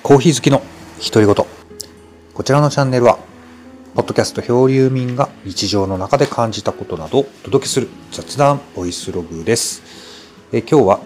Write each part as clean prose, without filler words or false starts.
コーヒー好きの独り言。こちらのチャンネルはポッドキャスト漂流民が日常の中で感じたことなどをお届けする雑談ボイスログです。今日は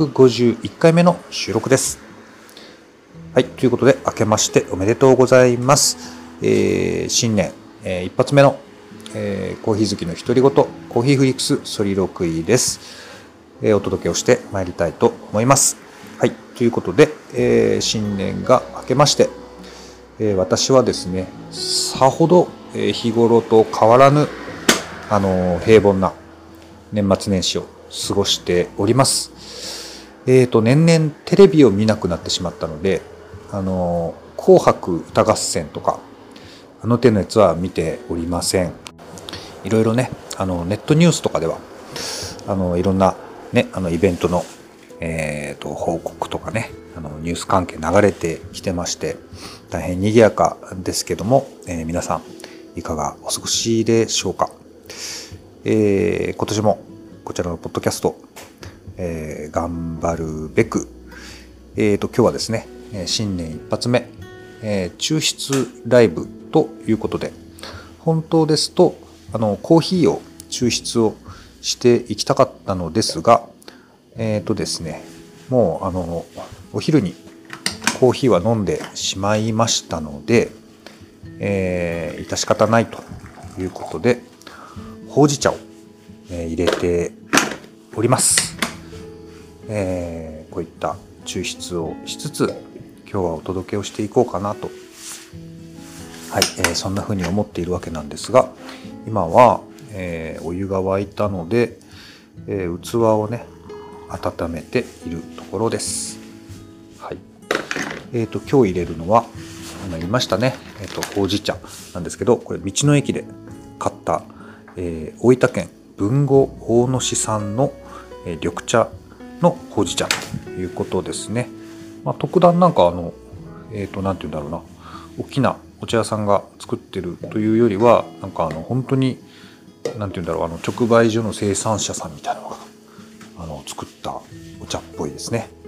251回目の収録です。はい、ということで明けましておめでとうございます。新年、一発目の、コーヒー好きの独り言コーヒーフリックスソリロクイです。お届けをしてまいりたいと思います。はい、ということで、新年が明けまして、私はですね、さほど日頃と変わらぬ平凡な年末年始を過ごしております。年々テレビを見なくなってしまったので、紅白歌合戦とか手のやつは見ておりません。いろいろね、ネットニュースとかではいろんなね、イベントの報告とかね、ニュース関係流れてきてまして、大変賑やかですけども、皆さんいかがお過ごしでしょうか。今年もこちらのポッドキャスト、頑張るべく、今日はですね、新年一発目、抽出ライブということで、本当ですとコーヒーを抽出をしていきたかったのですが、ですね、もうお昼にコーヒーは飲んでしまいましたので、致し方ないということでほうじ茶を、入れております。こういった抽出をしつつ今日はお届けをしていこうかなと、はい、そんな風に思っているわけなんですが、今は、お湯が沸いたので、器をね温めているところです。はい。今日入れるのは今言いましたね。ほうじ茶なんですけど、これ道の駅で買った、大分県豊後大野市産の、緑茶のほうじ茶ということですね。特段なんかなんて言うんだろうな、大きなお茶屋さんが作ってるというよりは、なんか本当になんて言うんだろう、直売所の生産者さんみたいなのが作ったお茶っぽいですね。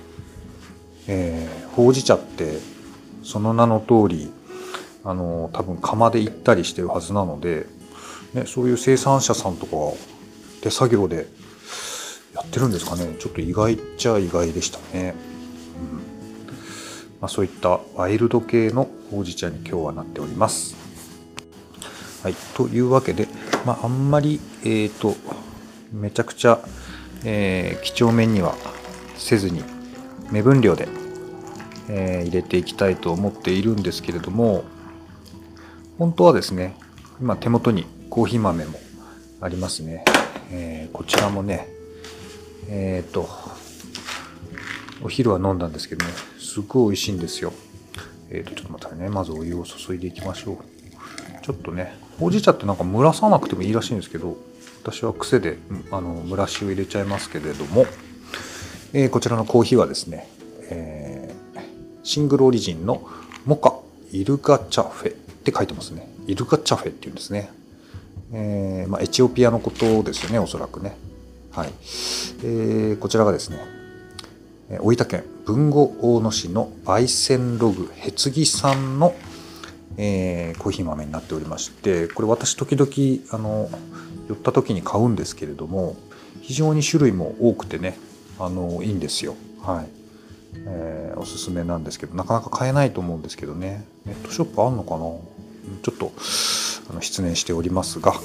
ほうじ茶ってその名の通り多分釜で行ったりしてるはずなので、ね、そういう生産者さんとか手作業でやってるんですかね。ちょっと意外っちゃ意外でしたね。そういったワイルド系のほうじ茶に今日はなっております。はい、というわけで、あんまりめちゃくちゃ几帳面にはせずに目分量で、入れていきたいと思っているんですけれども、本当はですね、今手元にコーヒー豆もありますね。こちらもね、お昼は飲んだんですけどね、すごい美味しいんですよ。ちょっと待ってね、まずお湯を注いでいきましょう。ちょっとね、ほうじ茶ってなんか蒸らさなくてもいいらしいんですけど、私は癖で蒸らしを入れちゃいますけれども、こちらのコーヒーはですね、シングルオリジンのモカイルガチャフェって書いてますね。イルガチャフェっていうんですね。エチオピアのことですよね、おそらくね。はい。こちらがですね、大分県豊後大野市の焙煎ログへつぎ産の、コーヒー豆になっておりまして、これ私時々寄った時に買うんですけれども、非常に種類も多くてね、いいんですよ。はい。おすすめなんですけど、なかなか買えないと思うんですけどね。ネットショップあんのかな。ちょっと失念しておりますが、はい、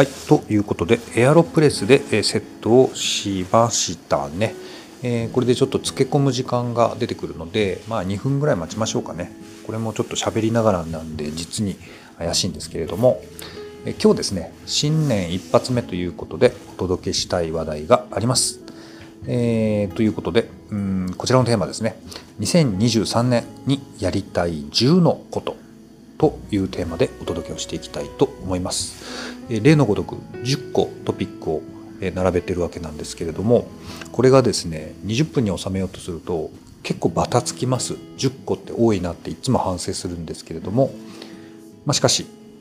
ということでエアロプレスでセットをしましたね。これでちょっと漬け込む時間が出てくるので、2分ぐらい待ちましょうかね。これもちょっと喋りながらなんで実に怪しいんですけれども、今日ですね、新年一発目ということでお届けしたい話題があります。ということで、こちらのテーマですね、2023年にやりたい10のことというテーマでお届けをしていきたいと思います。例のごとく10個トピックを並べてるわけなんですけれども、これがですね20分に収めようとすると結構バタつきます。10個って多いなっていつも反省するんですけれども、しかし、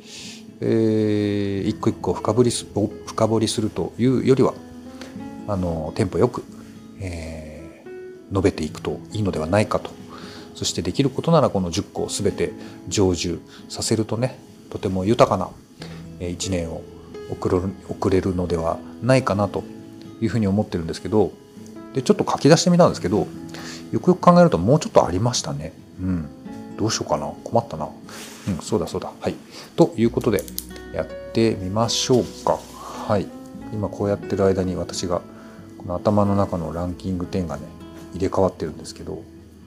一個一個深掘りするというよりはテンポよく、述べていくといいのではないかとそしてできることならこの10個を全て成就させるとね、とても豊かな1年を送れるのではないかなというふうに思ってるんですけど、でちょっと書き出してみたんですけど、よくよく考えるともうちょっとありましたね。どうしようかな、困ったな。そうだ。はい。ということでやってみましょうか。はい。今こうやってる間に私がこの頭の中のランキング10がね入れ替わってるんですけど、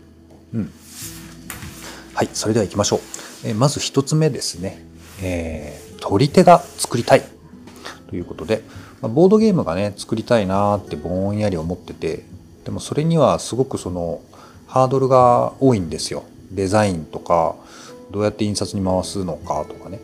はい、それでは行きましょう。まず一つ目ですね。取り手が作りたいということで、ボードゲームがね作りたいなーってぼんやり思ってて、でもそれにはすごくそのハードルが多いんですよ。デザインとかどうやって印刷に回すのかとかね、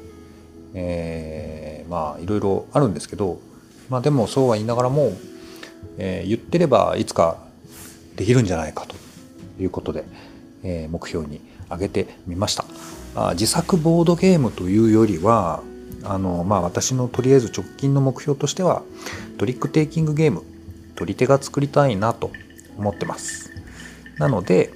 いろいろあるんですけど、でもそうは言いながらも、言ってればいつかできるんじゃないかということで、目標に挙げてみました。自作ボードゲームというよりは私のとりあえず直近の目標としてはトリックテイキングゲーム、取り手が作りたいなと思ってます。なので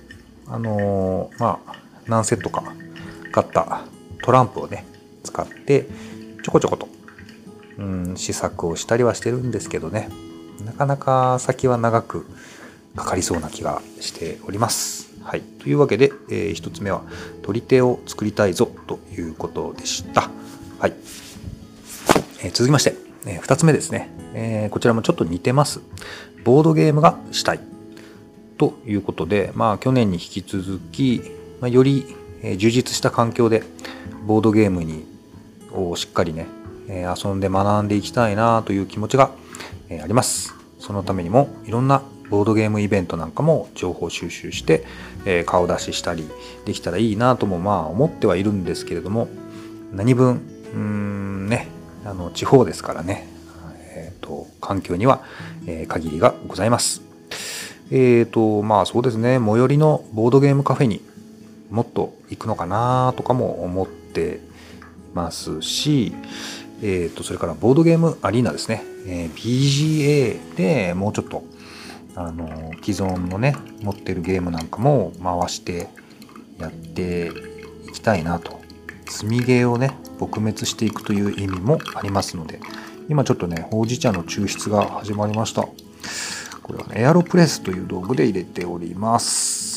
何セットか買ったトランプをね使ってちょこちょこと試作をしたりはしてるんですけどね、なかなか先は長くかかりそうな気がしております。はい、というわけで、1つ目は取り手を作りたいぞということでした。はい、続きまして、2つ目ですね、こちらもちょっと似てます。ボードゲームがしたいということで、去年に引き続き、より充実した環境でボードゲームをしっかりね遊んで学んでいきたいなという気持ちがあります。そのためにもいろんなボードゲームイベントなんかも情報収集して顔出ししたりできたらいいなとも思ってはいるんですけれども、何分地方ですからね、環境には限りがございます。そうですね、最寄りのボードゲームカフェにもっと行くのかなとかも思っていますし、それからボードゲームアリーナですね、BGA でもうちょっと既存のね持ってるゲームなんかも回してやっていきたいなと、積みゲーをね撲滅していくという意味もありますので、今ちょっとねほうじ茶の抽出が始まりました。これはねエアロプレスという道具で入れております。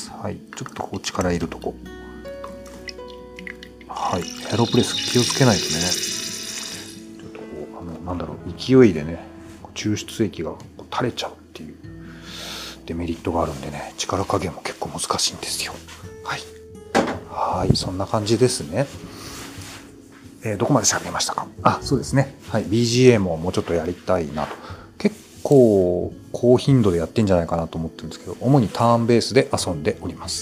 はい、ちょっとこう力入れるとこ、はい、エアロプレス気をつけないとね、ちょっとこう勢いでね抽出液が垂れちゃうっていうデメリットがあるんでね、力加減も結構難しいんですよ。はい、そんな感じですね。どこまで喋りましたか。そうですね。はい、BGA ももうちょっとやりたいなと。結構高頻度でやってんじゃないかなと思ってるんですけど、主にターンベースで遊んでおります。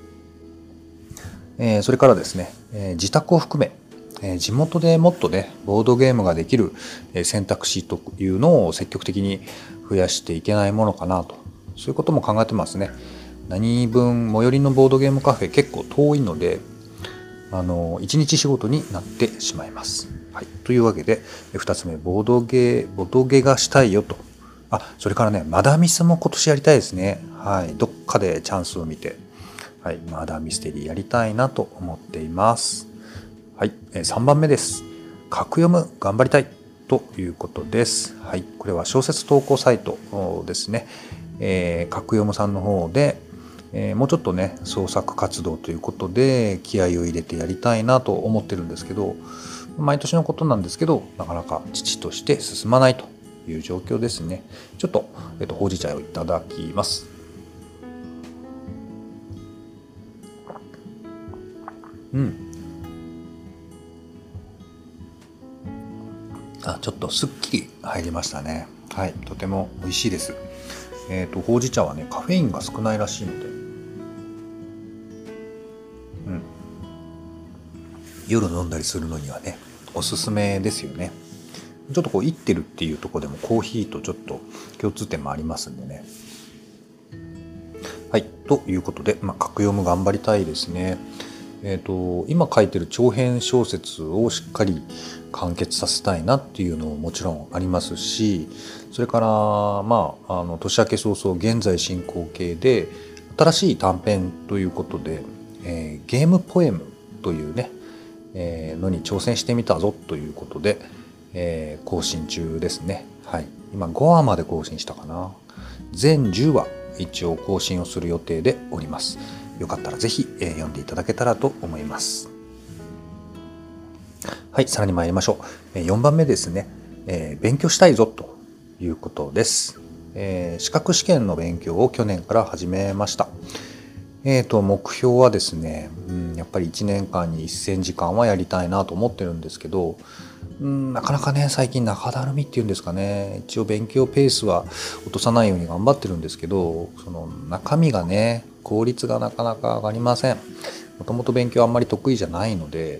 それからですね、自宅を含め地元でもっとねボードゲームができる選択肢というのを積極的に増やしていけないものかなと、そういうことも考えてますね。何分最寄りのボードゲームカフェ結構遠いので1日仕事になってしまいます。はい、というわけで2つ目ボドゲがしたいよと。それからねマダミスも今年やりたいですね。はい、どっかでチャンスを見て、はい、マダーミステリーやりたいなと思っています。はい、3番目です。格読む頑張りたいということです。はい、これは小説投稿サイトですね。格読むさんの方で、もうちょっとね創作活動ということで気合を入れてやりたいなと思ってるんですけど、毎年のことなんですけどなかなか遅々として進まないという状況ですね。ちょっと、ほうじ茶をいただきます。ちょっとすっきり入りましたね。はい、とても美味しいです。ほうじ茶はねカフェインが少ないらしいので、夜飲んだりするのにはねおすすめですよね。ちょっとこういってるっていうところでもコーヒーとちょっと共通点もありますんでね。はい、ということで、格読む頑張りたいですね。今書いてる長編小説をしっかり完結させたいなっていうのももちろんありますし、それから年明け早々現在進行形で新しい短編ということで、ゲームポエムというね、のに挑戦してみたぞということで、更新中ですね。はい。今5話まで更新したかな。全10話一応更新をする予定でおります。よかったらぜひ、読んでいただけたらと思います。はい、さらに参りましょう。4番目ですね。勉強したいぞということです。資格試験の勉強を去年から始めました。目標はですね、やっぱり1年間に1000時間はやりたいなと思ってるんですけど、なかなかね、最近中だるみっていうんですかね、一応勉強ペースは落とさないように頑張ってるんですけど、その中身がね、効率がなかなか上がりません。もともと勉強あんまり得意じゃないので、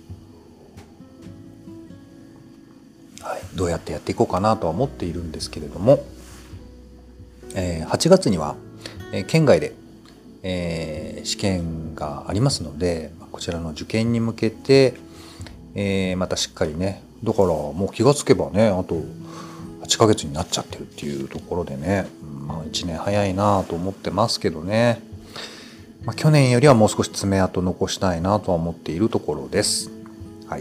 はい、どうやってやっていこうかなとは思っているんですけれども、8月には、県外で、試験がありますので、こちらの受験に向けて、またしっかりね、だからもう気がつけばね、あと8ヶ月になっちゃってるっていうところでね、1年早いなと思ってますけどね、去年よりはもう少し爪痕残したいなとは思っているところです。はい。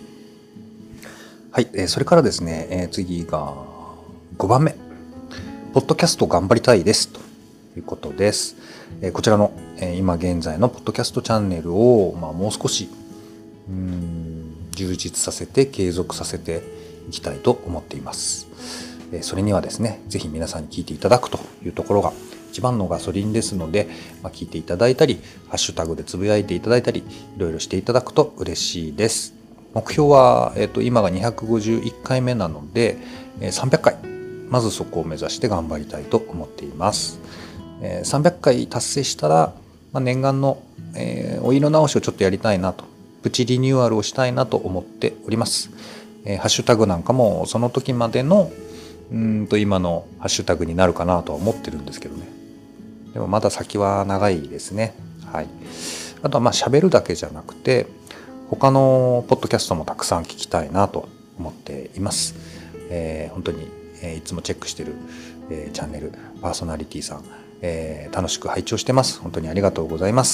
はい、それからですね、次が5番目。ポッドキャスト頑張りたいですということです。こちらの、今現在のポッドキャストチャンネルを、もう少し充実させて継続させていきたいと思っています。それにはですね、ぜひ皆さんに聞いていただくというところが一番のガソリンですので、聞いていただいたり、ハッシュタグでつぶやいていただいたり、いろいろしていただくと嬉しいです。目標は、今が251回目なので、300回。まずそこを目指して頑張りたいと思っています。300回達成したら、念願の、お色直しをちょっとやりたいなと、プチリニューアルをしたいなと思っております。ハッシュタグなんかもその時までの今のハッシュタグになるかなとは思ってるんですけどね。でもまだ先は長いですね。はい。あとは喋るだけじゃなくて、他のポッドキャストもたくさん聞きたいなと思っています。本当にいつもチェックしている、チャンネルパーソナリティさん、楽しく拝聴してます。本当にありがとうございます。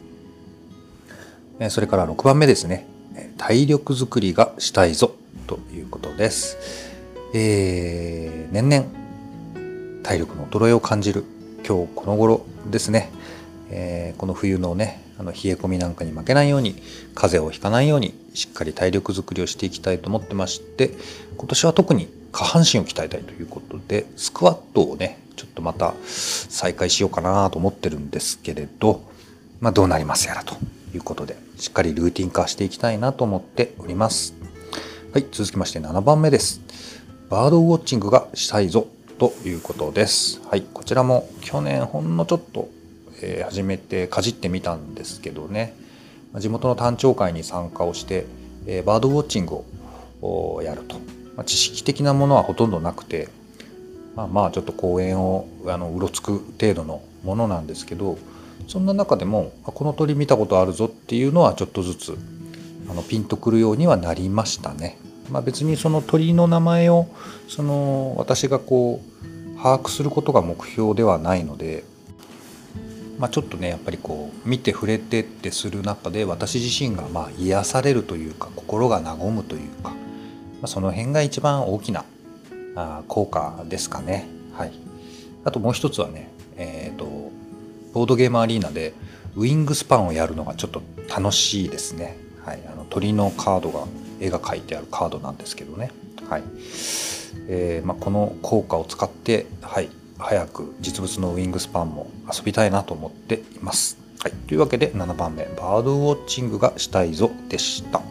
それから6番目ですね。体力づくりがしたいぞということです。年々体力の衰えを感じる今日この頃ですね。この冬のね、冷え込みなんかに負けないように、風邪をひかないようにしっかり体力づくりをしていきたいと思ってまして、今年は特に下半身を鍛えたいということで、スクワットをね、ちょっとまた再開しようかなと思ってるんですけれど、どうなりますやらということで、しっかりルーティン化していきたいなと思っております。はい、続きまして7番目です。バードウォッチングがしたいぞということです。はい、こちらも去年ほんのちょっと始めてかじってみたんですけどね、地元の単鳥会に参加をして、バードウォッチングをやると、知識的なものはほとんどなくて、ちょっと公園をうろつく程度のものなんですけど、そんな中でもこの鳥見たことあるぞっていうのはちょっとずつピンとくるようにはなりましたね。別にその鳥の名前を私が把握することが目標ではないので、ちょっとねやっぱり見て触れてってする中で私自身が癒されるというか、心が和むというか、その辺が一番大きな効果ですかね。はい。あともう一つはね、ボードゲームアリーナでウィングスパンをやるのがちょっと楽しいですね。はい。鳥のカードが絵が描いてあるカードなんですけどね。はい。この効果を使って、はい、早く実物のウィングスパンも遊びたいなと思っています。はい。というわけで7番目、バードウォッチングがしたいぞでした。はい。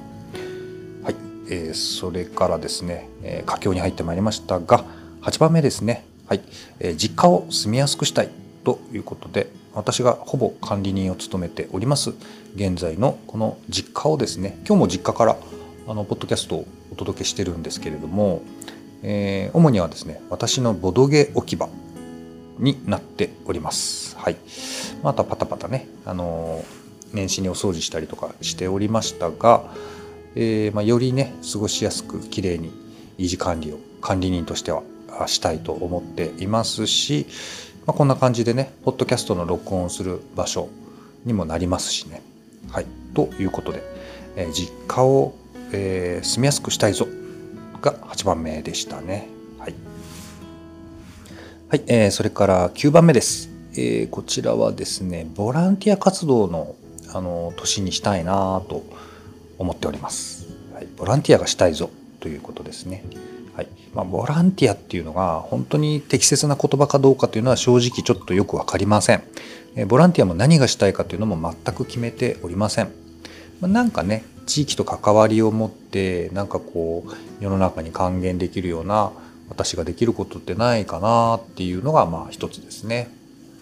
それからですね、佳境に入ってまいりましたが、8番目ですね。はい。実家を住みやすくしたいということで、私がほぼ管理人を務めております現在のこの実家をですね、今日も実家からポッドキャストをお届けしてるんですけれども、主にはですね、私のボドゲ置き場になっております。はい。あとはパタパタね、年始にお掃除したりとかしておりましたが、よりね過ごしやすくきれいに維持管理を管理人としてはしたいと思っていますし、 こんな感じでね、ポッドキャストの録音する場所にもなりますしね。はい。ということで、実家を、住みやすくしたいぞが8番目でしたね。はい。はい。それから9番目です。こちらはですね、ボランティア活動の、年にしたいなと思っております。はい。ボランティアがしたいぞということですね。はい。ボランティアっていうのが本当に適切な言葉かどうかというのは正直ちょっとよくわかりません。ボランティアも何がしたいかというのも全く決めておりません。なんかね、地域と関わりを持ってなんかこう世の中に還元できるような私ができることってないかなっていうのが一つですね。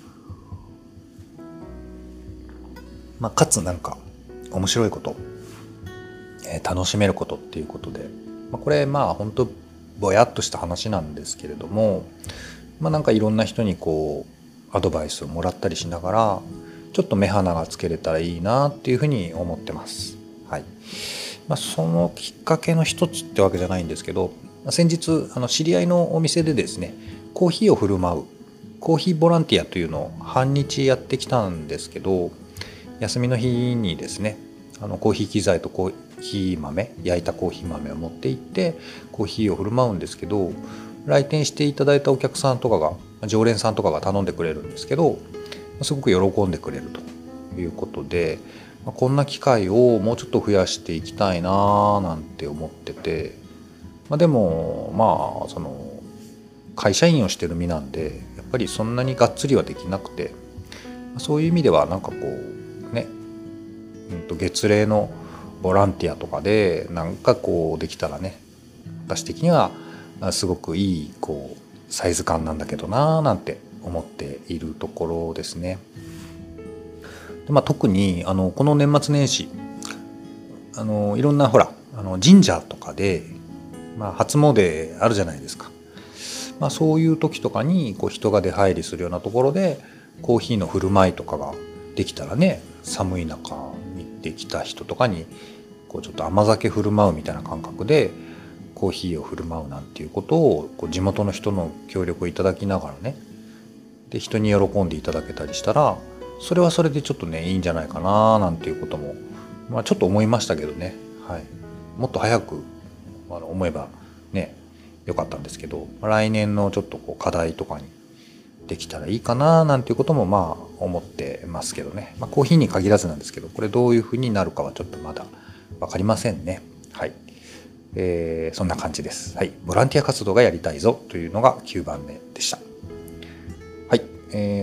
かつなんか面白いこと、楽しめることっていうことで、これ本当ぼやっとした話なんですけれども、なんかいろんな人にこうアドバイスをもらったりしながらちょっと目鼻がつけれたらいいなっていうふうに思ってます。はい。そのきっかけの一つってわけじゃないんですけど、先日知り合いのお店でですね、コーヒーを振る舞うコーヒーボランティアというのを半日やってきたんですけど、休みの日にですね、コーヒー機材とコーヒー豆、焼いたコーヒー豆を持って行ってコーヒーを振る舞うんですけど、来店していただいたお客さんとかが、常連さんとかが頼んでくれるんですけど、すごく喜んでくれるということで、こんな機会をもうちょっと増やしていきたいななんて思ってて、でもその会社員をしてる身なんでやっぱりそんなにがっつりはできなくて、そういう意味ではなんかこうね、月例のボランティアとかでなんかこうできたらね、私的にはすごくいいこうサイズ感なんだけどななんて思っているところですね。で、特にこの年末年始いろんなほら神社とかで、初詣あるじゃないですか。そういう時とかにこう人が出入りするようなところでコーヒーの振る舞いとかができたらね、寒い中にできた人とかにこうちょっと甘酒振る舞うみたいな感覚でコーヒーを振る舞うなんていうことをこう地元の人の協力をいただきながらね、で人に喜んでいただけたりしたら、それはそれでちょっとねいいんじゃないかななんていうことも、ちょっと思いましたけどね。はい。もっと早く思えばねよかったんですけど、来年のちょっとこう課題とかにできたらいいかななんていうことも思ってますけどね。コーヒーに限らずなんですけど、これどういうふうになるかはちょっとまだ分かりませんね。はい。そんな感じです。はい。ボランティア活動がやりたいぞというのが9番目でした。はい。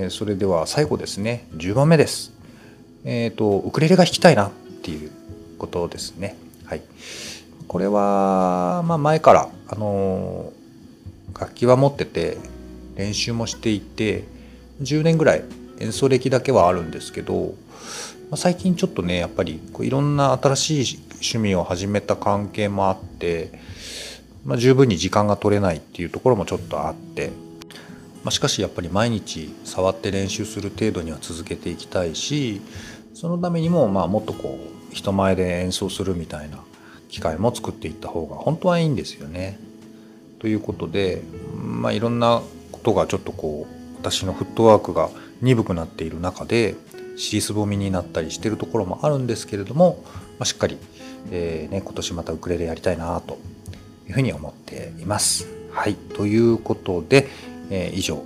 それでは最後ですね。10番目です。ウクレレが弾きたいなっていうことですね。はい。これは、前から、楽器は持ってて練習もしていて10年ぐらい演奏歴だけはあるんですけど、最近ちょっとねやっぱりこういろんな新しい趣味を始めた関係もあって、十分に時間が取れないっていうところもちょっとあって、しかしやっぱり毎日触って練習する程度には続けていきたいし、そのためにももっとこう人前で演奏するみたいな機会も作っていった方が本当はいいんですよね。ということで、いろんなことがちょっとこう私のフットワークが鈍くなっている中で尻すぼみになったりしているところもあるんですけれども、しっかり、今年またウクレレやりたいなというふうに思っています。はい、ということで、以上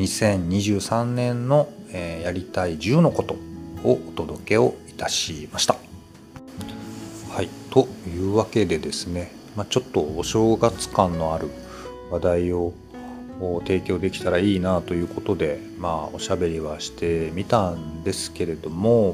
2023年の、やりたい10のことをお届けをいたしました。はい、というわけでですね、ちょっとお正月感のある話題を提供できたらいいなということで、おしゃべりはしてみたんですけれども、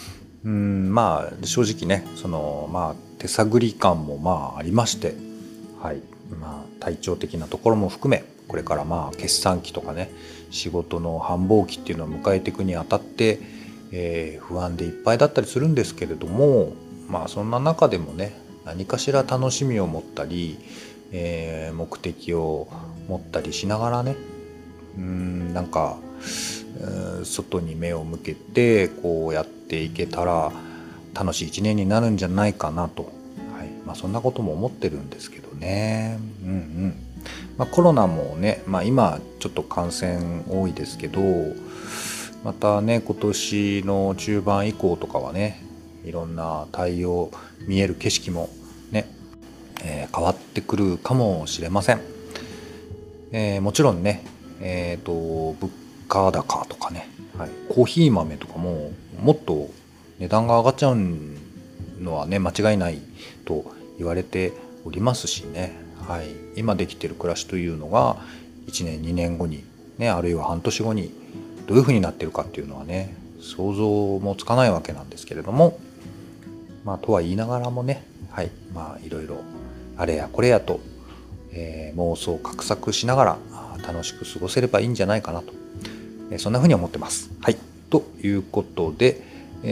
正直ねその手探り感もありまして、はい、体調的なところも含めこれから決算期とかね仕事の繁忙期っていうのを迎えていくにあたって、不安でいっぱいだったりするんですけれども、そんな中でもね何かしら楽しみを持ったり、目的を持ったりしながらね、なんか外に目を向けてこうやっていけたら楽しい一年になるんじゃないかなと、はい、そんなことも思ってるんですけどね。 コロナもね、今ちょっと感染多いですけど、またね今年の中盤以降とかはね、いろんな対応見える景色もね、変わってくるかもしれません。もちろんね、物価高とかね、コーヒー豆とかももっと値段が上がっちゃうのはね間違いないと言われておりますしね、今できている暮らしというのが1年2年後にね、あるいは半年後にどういうふうになっているかっていうのはね想像もつかないわけなんですけれども、とは言いながらもね、いろいろあれやこれやと、妄想画策しながら楽しく過ごせればいいんじゃないかなと、そんなふうに思ってます。ということで、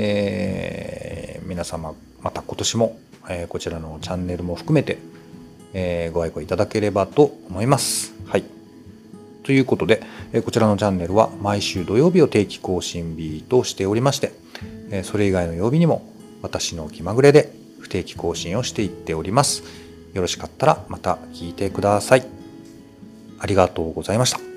皆様また今年も、こちらのチャンネルも含めて、ご愛顧いただければと思います。ということで、こちらのチャンネルは毎週土曜日を定期更新日としておりまして、それ以外の曜日にも私の気まぐれで不定期更新をしていっております。よろしかったらまた聞いてください。ありがとうございました。